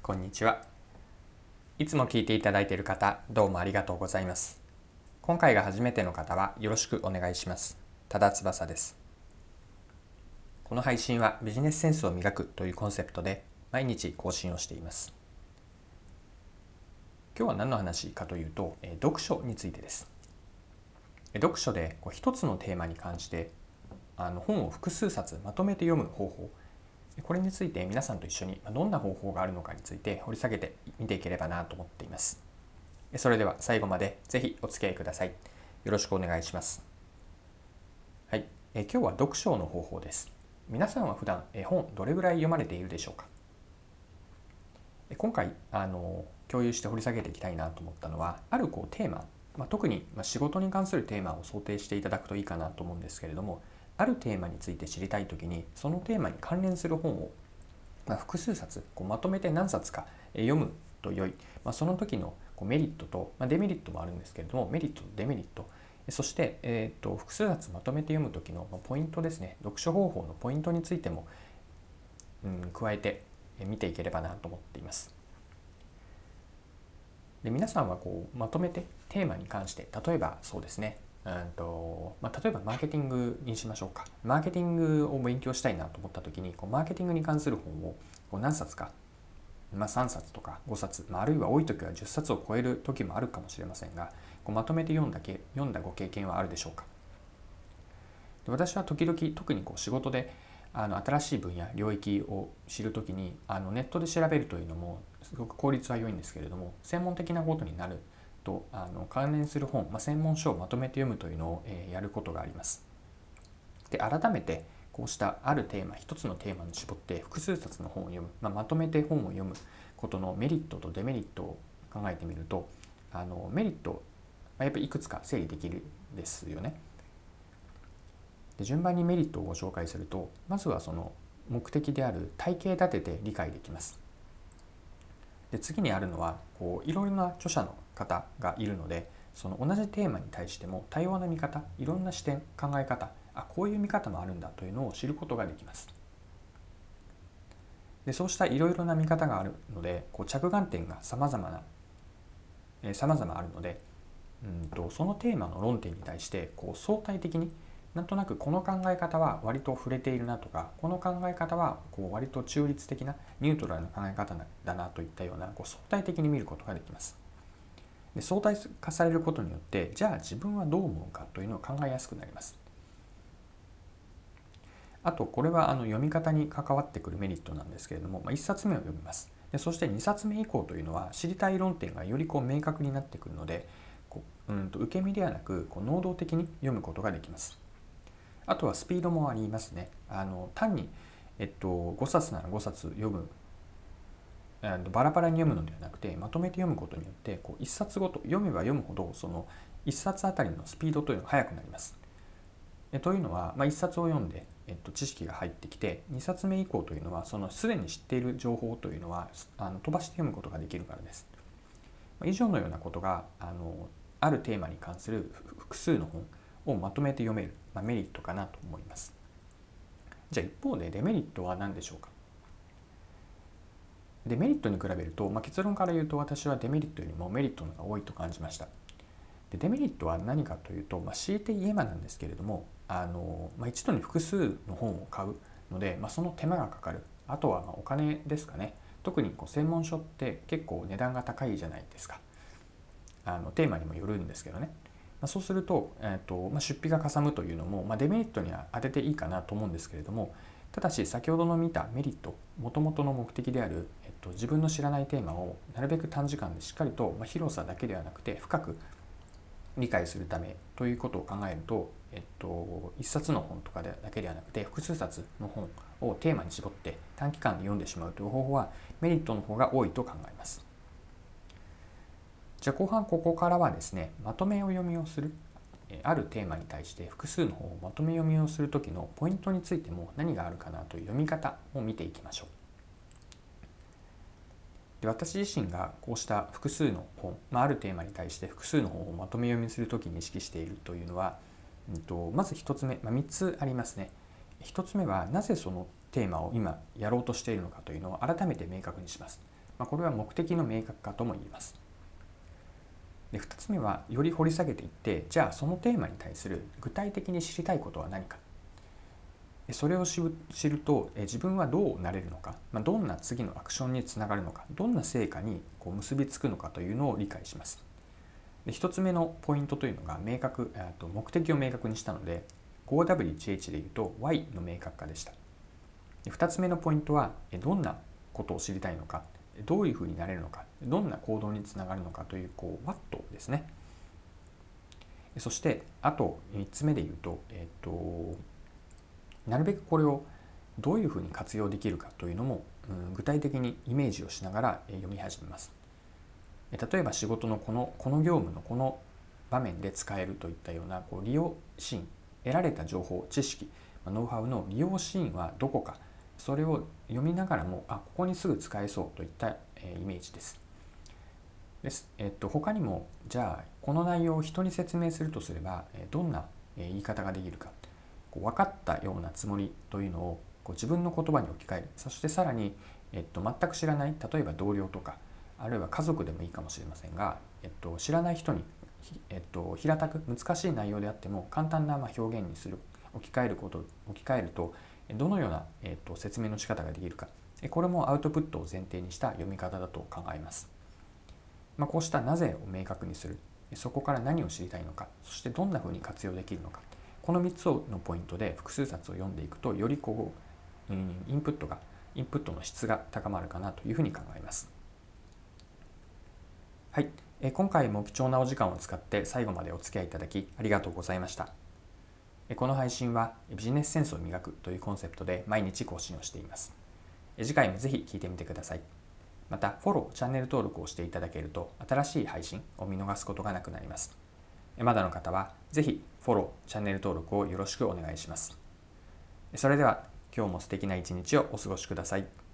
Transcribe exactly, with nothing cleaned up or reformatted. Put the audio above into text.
こんにちは。いつも聞いていただいている方、どうもありがとうございます。今回が初めての方はよろしくお願いします。多田翼です。この配信はビジネスセンスを磨くというコンセプトで毎日更新をしています。今日は何の話かというと、読書についてです。読書で一つのテーマに関してあの本を複数冊まとめて読む方法、これについて皆さんと一緒にどんな方法があるのかについて掘り下げてみていければなと思っています。それでは最後までぜひお付き合いください。よろしくお願いします。はい、え今日は読書の方法です。皆さんは普段絵本どれぐらい読まれているでしょうか。今回あの共有して掘り下げていきたいなと思ったのは、あるこうテーマ、まあ、特に仕事に関するテーマを想定していただくといいかなと思うんですけれども、あるテーマについて知りたいときにそのテーマに関連する本を、まあ、複数冊こうまとめて何冊か読むと良い、まあ、その時のこうメリットと、まあ、デメリットもあるんですけれども、メリットとデメリット、そして、えー、と複数冊まとめて読む時のポイントですね、読書方法のポイントについても、うん、加えて見ていければなと思っています。で皆さんはこうまとめてテーマに関して、例えばそうですね、うんとまあ、例えばマーケティングにしましょうか。マーケティングを勉強したいなと思った時に、こうマーケティングに関する本をこう何冊か、まあ、さんさつとかごさつ、まあ、あるいは多い時はじゅっさつを超える時もあるかもしれませんが、こうまとめて読んだけ読んだご経験はあるでしょうか。で私は時々、特にこう仕事であの新しい分野領域を知るときにあのネットで調べるというのもすごく効率は良いんですけれども、専門的なことになるとあの関連する本、まあ、専門書をまとめて読むというのを、えー、やることがあります。で改めてこうしたあるテーマ、一つのテーマに絞って複数冊の本を読む、まあ、まとめて本を読むことのメリットとデメリットを考えてみると、あのメリットはやっぱりいくつか整理できるんですよね。で順番にメリットをご紹介すると、まずはその目的である体系立てて理解できます。で次にあるのはこういろいろな著者の方がいるので、その同じテーマに対しても多様な見方、いろんな視点、考え方、あこういう見方もあるんだというのを知ることができます。でそうしたいろいろな見方があるので、こう着眼点がさまざまな、えー、様々あるので、うんとそのテーマの論点に対してこう相対的に、なんとなくこの考え方は割と触れているなとか、この考え方はこう割と中立的なニュートラルな考え方だなといったようなこう相対的に見ることができます。で相対化されることによって、じゃあ自分はどう思うかというのを考えやすくなります。あとこれはあの読み方に関わってくるメリットなんですけれども、まあ、いっさつめを読みます。でそしてにさつめ以降というのは知りたい論点がよりこう明確になってくるので、こううんと受け身ではなくこう能動的に読むことができます。あとはスピードもありますね。あの単に、えっと、ごさつならごさつ読む、バラバラに読むのではなくて、まとめて読むことによってこういっさつごと読めば読むほど、そのいっさつあたりのスピードというのが速くなります。えというのは、まあ、いっさつを読んで、えっと、知識が入ってきて、にさつめ以降というのはそのすでに知っている情報というのはあの飛ばして読むことができるからです。以上のようなことがあのあるテーマに関する複数の本をまとめて読める、まあ、メリットかなと思います。じゃあ一方でデメリットは何でしょうか。デメリットに比べると、まあ、結論から言うと私はデメリットよりもメリットの方が多いと感じました。でデメリットは何かというと、まあ、強いて言えばなんですけれども、あの、まあ、一度に複数の本を買うので、まあ、その手間がかかる。あとはまあお金ですかね。特にこう専門書って結構値段が高いじゃないですか。あのテーマにもよるんですけどね。まあ、そうすると、えーとまあ、出費がかさむというのも、まあ、デメリットには当てていいかなと思うんですけれども、ただし先ほどの見たメリット、もともとの目的である、えっと、自分の知らないテーマをなるべく短時間でしっかりと、まあ、広さだけではなくて深く理解するためということを考えると、えっと、一冊の本とかだけではなくて複数冊の本をテーマに絞って短期間で読んでしまうという方法はメリットの方が多いと考えます。じゃあ後半ここからはですね、まとめを読みをする、あるテーマに対して複数の本をまとめ読みをする時のポイントについても何があるかなという読み方を見ていきましょう。で私自身がこうした複数の本、まあ、あるテーマに対して複数の本をまとめ読みするときに意識しているというのは、うん、とまずひとつめ、まあ、みっつありますね。ひとつめはなぜそのテーマを今やろうとしているのかというのを改めて明確にします。 まあ、これは目的の明確化とも言えます。でふたつめはより掘り下げていって、じゃあそのテーマに対する具体的に知りたいことは何か。それを知ると自分はどうなれるのか、どんな次のアクションにつながるのか、どんな成果にこう結びつくのかというのを理解します。でひとつめのポイントというのが明確、目的を明確にしたので ゴーダブリューエイチエイチ でいうと ワイ の明確化でした。でふたつめのポイントはどんなことを知りたいのか、どういうふうになれるのか、どんな行動につながるのかというこう ワット ですね。そしてあとみっつめでいうと、えっとなるべくこれをどういうふうに活用できるかというのも、うん、具体的にイメージをしながら読み始めます。例えば仕事のこのこの業務のこの場面で使えるといったようなこう利用シーン、得られた情報、知識、ノウハウの利用シーンはどこか、それを読みながらも、あ、ここにすぐ使えそうといったイメージです。です。えっと、他にも、じゃあこの内容を人に説明するとすればどんな言い方ができるか、分かったようなつもりというのをこう自分の言葉に置き換える。そしてさらに、えっと、全く知らない、例えば同僚とかあるいは家族でもいいかもしれませんが、えっと、知らない人に、えっと、平たく難しい内容であっても簡単なまあ表現にする、置き換えること置き換えるとどのような、えっと、説明の仕方ができるか、これもアウトプットを前提にした読み方だと考えます。まあ、こうしたなぜを明確にする、そこから何を知りたいのか、そしてどんなふうに活用できるのか、このみっつのポイントで複数冊を読んでいくと、よりこう、うん、インプットがインプットの質が高まるかなというふうに考えます。はい、え今回も貴重なお時間を使って最後までお付き合いいただきありがとうございました。この配信はビジネスセンスを磨くというコンセプトで毎日更新をしています。次回もぜひ聞いてみてください。またフォロー、チャンネル登録をしていただけると新しい配信を見逃すことがなくなります。まだの方はぜひフォロー、チャンネル登録をよろしくお願いします。それでは今日も素敵な一日をお過ごしください。